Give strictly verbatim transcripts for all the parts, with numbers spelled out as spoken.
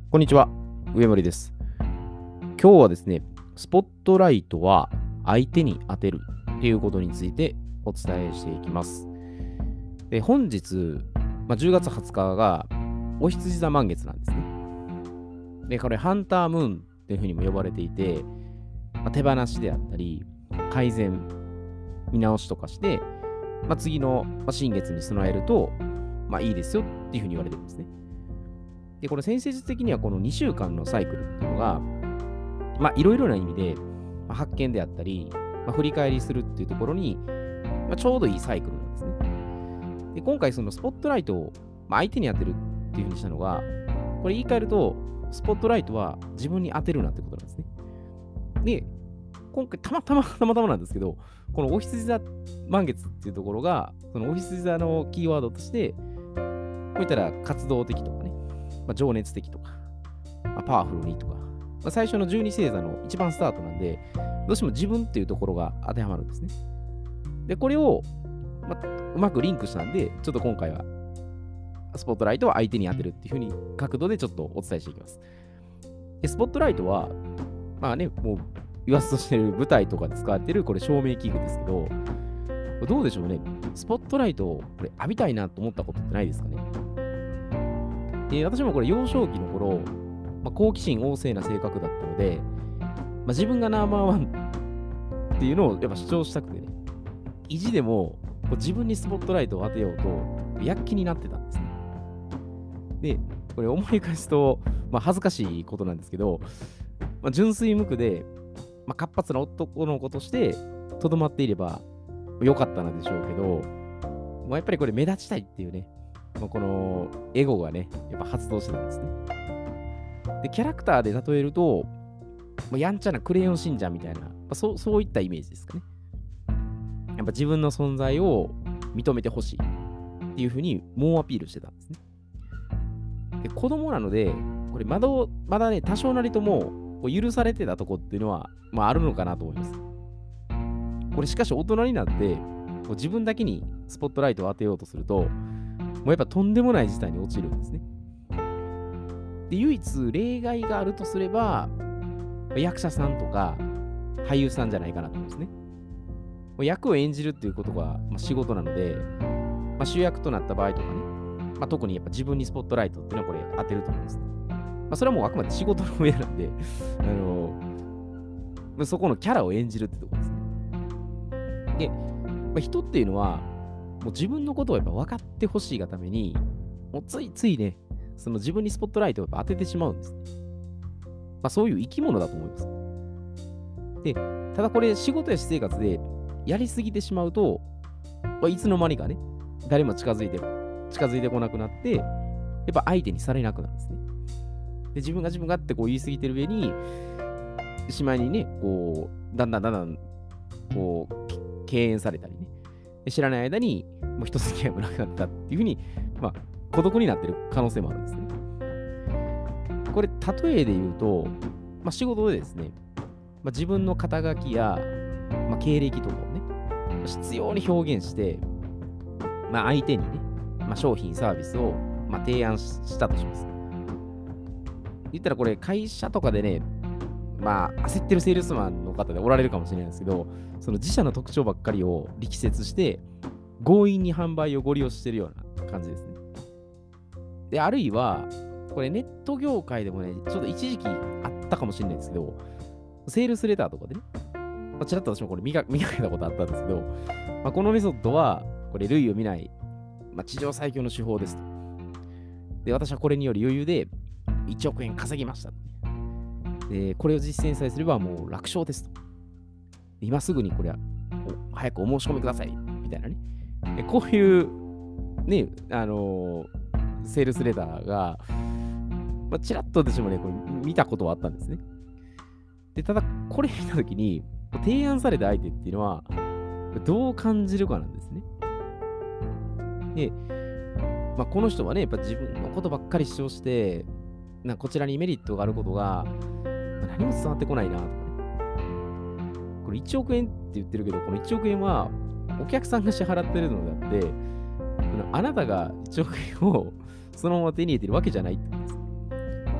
こんにちは、上森です。今日はですね、スポットライトは相手に当てるっていうことについてお伝えしていきます。で、本日、まあ、じゅうがつはつかがお羊座満月なんですね。で、これハンタームーンっていうふうにも呼ばれていて、まあ、手放しであったり、改善、見直しとかして、まあ、次のまあ新月に備えると、まあいいですよっていうふうに言われてるんですね。で、これ先生術的にはこのにしゅうかんのサイクルっていうのが、まあいろいろな意味で、まあ、発見であったり、まあ、振り返りするっていうところに、まあ、ちょうどいいサイクルなんですね。で、今回そのスポットライトを、まあ、相手に当てるっていうふうにしたのが、これ言い換えると、スポットライトは自分に当てるなってことなんですね。で、今回たまたまたまたまなんですけど、このお羊座満月っていうところが、そのお羊座のキーワードとして、こういったら活動的とかね、まあ、情熱的とか、まあ、パワフルにとか、まあ、最初のじゅうに星座の一番スタートなんで、どうしても自分っていうところが当てはまるんですね。で、これを、まあ、うまくリンクしたんで、ちょっと今回はスポットライトを相手に当てるっていう風に角度でちょっとお伝えしていきます。で、スポットライトは、まあね、もう言わずとしてる舞台とかで使われてるこれ照明器具ですけど、どうでしょうね。スポットライトをこれ浴びたいなと思ったことってないですかね。で、私もこれ幼少期の頃、まあ、好奇心旺盛な性格だったので、まあ、自分がナンバーワンっていうのをやっぱ主張したくてね、意地でもこう自分にスポットライトを当てようと、躍起になってたんですね。で、これ思い返すと、まあ、恥ずかしいことなんですけど、まあ、純粋無垢で、まあ、活発な男の子としてとどまっていればよかったのでしょうけど、まあ、やっぱりこれ目立ちたいっていうね、まあ、このエゴがね、やっぱ発動してたんですね。で、キャラクターで例えると、まあ、やんちゃなクレヨンしんちゃんみたいな、まあ、そうそういったイメージですかね。やっぱ自分の存在を認めてほしいっていうふうに猛アピールしてたんですね。で、子供なので、これまだ、まだね、多少なりともこう許されてたとこっていうのは、まあ、あるのかなと思います。これしかし大人になって、こう自分だけにスポットライトを当てようとすると、もうやっぱとんでもない事態に陥るんですね。で、唯一例外があるとすれば、役者さんとか俳優さんじゃないかなと思うんですね。役を演じるっていうことが、まあ、仕事なので、まあ、主役となった場合とかね、まあ、特にやっぱ自分にスポットライトっていうのはこれ当てると思うんです。まあ、それはもうあくまで仕事の上なんで、あのー、そこのキャラを演じるってところですね。で、まあ、人っていうのは、もう自分のことをやっぱ分かってほしいがために、もうついついね、その自分にスポットライトをやっぱ当ててしまうんですね。まあ、そういう生き物だと思います。で、ただこれ仕事や私生活でやりすぎてしまうと、まあ、いつの間にかね、誰も近づいて、近づいてこなくなって、やっぱ相手にされなくなるんですね。で、自分が自分がってこう言い過ぎてる上に、しまいにね、こう、だんだんだんだん、こう、敬遠されたりね、知らない間に、もう一付き合いもなくなったっていうふうに、まあ、孤独になってる可能性もあるんですね。これ、例えで言うと、まあ、仕事でですね、まあ、自分の肩書きや、まあ、経歴とかをね、必要に表現して、まあ、相手にね、まあ、商品、サービスを、まあ、提案したとします。言ったらこれ、会社とかでね、まあ、焦ってるセールスマンの方でおられるかもしれないですけど、その自社の特徴ばっかりを力説して、強引に販売をご利用しているような感じですね。で、あるいは、これネット業界でもね、ちょっと一時期あったかもしれないですけど、セールスレターとかでね、まあ、ちらっと私もこれ見か見かけたことあったんですけど、まあ、このメソッドは、これ類を見ない、まあ、地上最強の手法ですと。で、私はこれにより余裕でいちおくえん稼ぎましたと。で、これを実践さえすればもう楽勝ですと。今すぐにこれは早くお申し込みくださいみたいなね。こういうね、あのー、セールスレターが、まあ、ちらっと私もね、これ見たことはあったんですね。で、ただ、これ見たときに、提案された相手っていうのは、どう感じるかなんですね。で、まあ、この人はね、やっぱ自分のことばっかり主張して、なんかこちらにメリットがあることが、まあ、何も伝わってこないなとかね。これいちおくえんって言ってるけど、このいちおくえんはお客さんが支払ってるのであって、あなたがいちおくえんをそのまま手に入れてるわけじゃないってことです。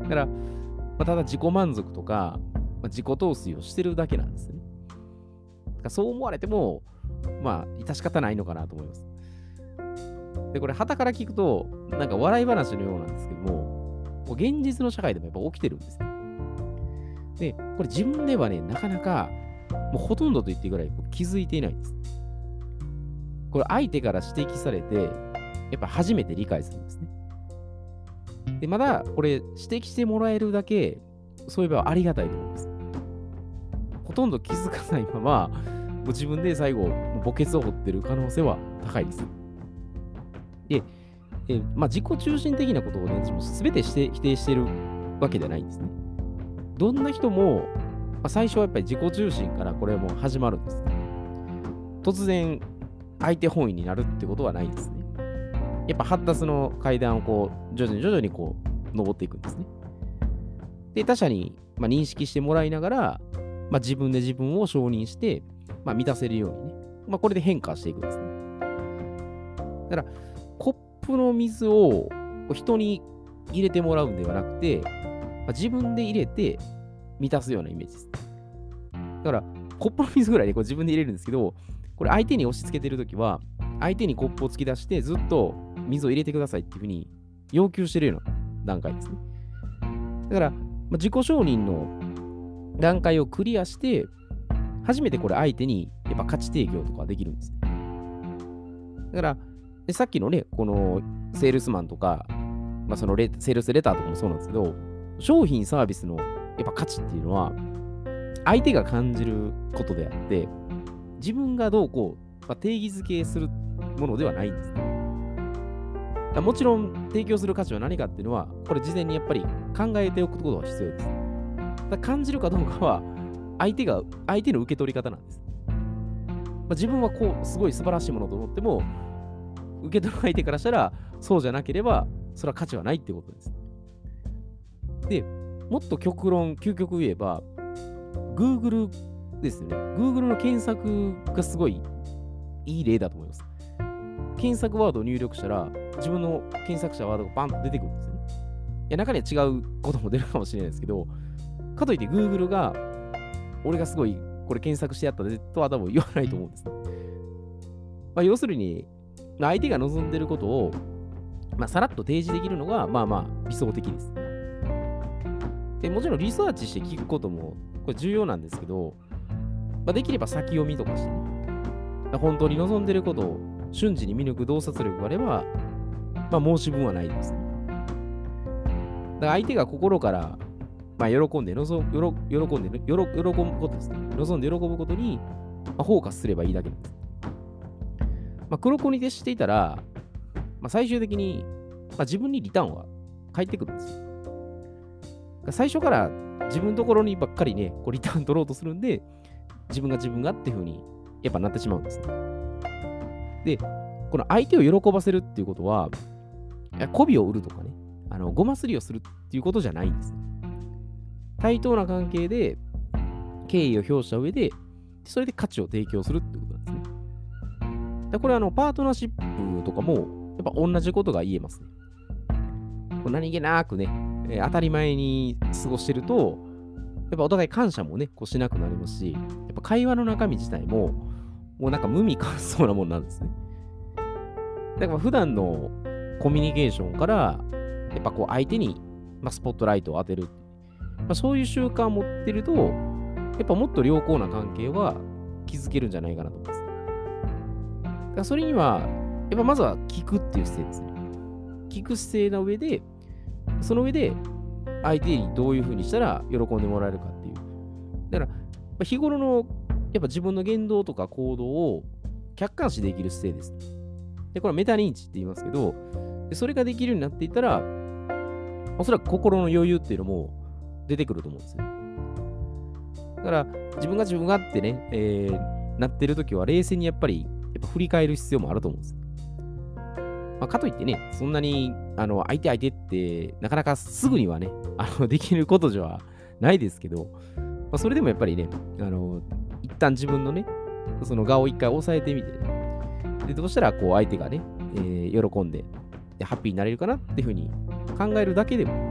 だから、まあ、ただ自己満足とか、まあ、自己陶酔をしてるだけなんですね。だからそう思われても、まあ、致し方ないのかなと思います。で、これ、傍から聞くと、なんか笑い話のようなんですけども、もう現実の社会でもやっぱ起きてるんですね。で、これ自分ではね、なかなか、もうほとんどと言っていいぐらい気づいていないんです。これ、相手から指摘されて、やっぱ初めて理解するんですね。で、まだ、これ、指摘してもらえるだけ、そういえばありがたいと思います。ほとんど気づかないまま、もう自分で最後、墓穴を掘ってる可能性は高いです。で、えまあ、自己中心的なことをね、すべてして否定しているわけではないんですね。どんな人も、まあ、最初はやっぱり自己中心からこれはもう始まるんです。突然、相手本位になるってことはないんですね。やっぱ発達の階段をこう、徐々に徐々にこう、登っていくんですね。で、他者に、まあ、認識してもらいながら、まあ、自分で自分を承認して、まあ、満たせるようにね、まあ、これで変化していくんですね。だから、コップの水を人に入れてもらうんではなくて、まあ、自分で入れて満たすようなイメージです。だから、コップの水ぐらいでこう自分で入れるんですけど、これ相手に押し付けてるときは、相手にコップを突き出してずっと水を入れてくださいっていうふうに要求してるような段階ですね。だから、まあ、自己承認の段階をクリアして、初めてこれ相手にやっぱ価値提供とかできるんです。だから、でさっきのね、このセールスマンとか、まあ、そのレセールスレターとかもそうなんですけど、商品サービスのやっぱ価値っていうのは、相手が感じることであって、自分がどうこう、まあ、定義づけするものではないんですね。だもちろん提供する価値は何かっていうのは、これ事前にやっぱり考えておくことが必要です。だ感じるかどうかは、相手が、相手の受け取り方なんです。まあ、自分はこう、すごい素晴らしいものと思っても、受け取る相手からしたら、そうじゃなければ、それは価値はないってことです。で、もっと極論、究極言えば、Google ですよね。Google の検索がすごいいい例だと思います。検索ワードを入力したら、自分の検索したワードがバンと出てくるんですね。いや、中には違うことも出るかもしれないですけど、かといって Google が、俺がすごいこれ検索してやったでとは多分言わないと思うんですね。まあ、要するに、相手が望んでることを、まあ、さらっと提示できるのが、まあまあ理想的です。でもちろんリサーチして聞くこともこれ重要なんですけど、まあ、できれば先読みとかして、ね、本当に望んでることを瞬時に見抜く洞察力があれば、まあ、申し分はないです。だから相手が心から、まあ、喜んで望、喜んで、喜ぶことですね。望んで喜ぶことに、まあ、フォーカスすればいいだけなんです。まあ、黒子に徹していたら、まあ、最終的に、まあ、自分にリターンは返ってくるんですよ。最初から自分のところにばっかりね、こうリターン取ろうとするんで、自分が自分がっていう風にやっぱなってしまうんですね。で、この相手を喜ばせるっていうことは、媚びを売るとかね、あのごますりをするっていうことじゃないんです。対等な関係で敬意を表した上で、それで価値を提供するってことなんですね。でこれはあのパートナーシップとかも、やっぱ同じことが言えますね。こう何気なくね、えー当たり前に過ごしてると、やっぱお互い感謝もね、こうしなくなりますし、やっぱ会話の中身自体も、もうなんか無味乾燥なもんなんですね。だから普段のコミュニケーションから、やっぱこう相手に、まあ、スポットライトを当てる。まあ、そういう習慣を持ってると、やっぱもっと良好な関係は築けるんじゃないかなと思います。だからそれには、やっぱまずは聞くっていう姿勢ですね。聞く姿勢の上で、その上で相手にどういう風にしたら喜んでもらえるかっていう。だから、日頃のやっぱ自分の言動とか行動を客観視できる姿勢です。で、これはメタ認知って言いますけど、それができるようになっていったら、おそらく心の余裕っていうのも出てくると思うんですよ。だから、自分が自分がってね、えー、なってるときは冷静にやっぱりやっぱ振り返る必要もあると思うんです。まあ、かといってね、そんなにあの相手相手ってなかなかすぐにはね、あのできることじゃないですけど、まあ、それでもやっぱりね、あの一旦自分のね、その顔を一回押さえてみて、ね、でどうしたらこう相手がね、えー、喜んででハッピーになれるかなっていうふうに考えるだけでも、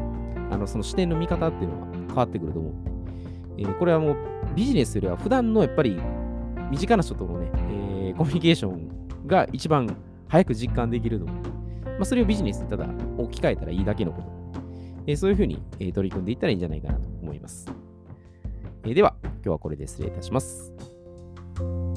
あのその視点の見方っていうのは変わってくると思うので、えーこれはもうビジネスよりは普段のやっぱり身近な人とのね、えーコミュニケーションが一番早く実感できるので、まあ、それをビジネスにただ置き換えたらいいだけのこと。えーそういうふうに、えー取り組んでいったらいいんじゃないかなと思います。えーでは、今日はこれで失礼いたします。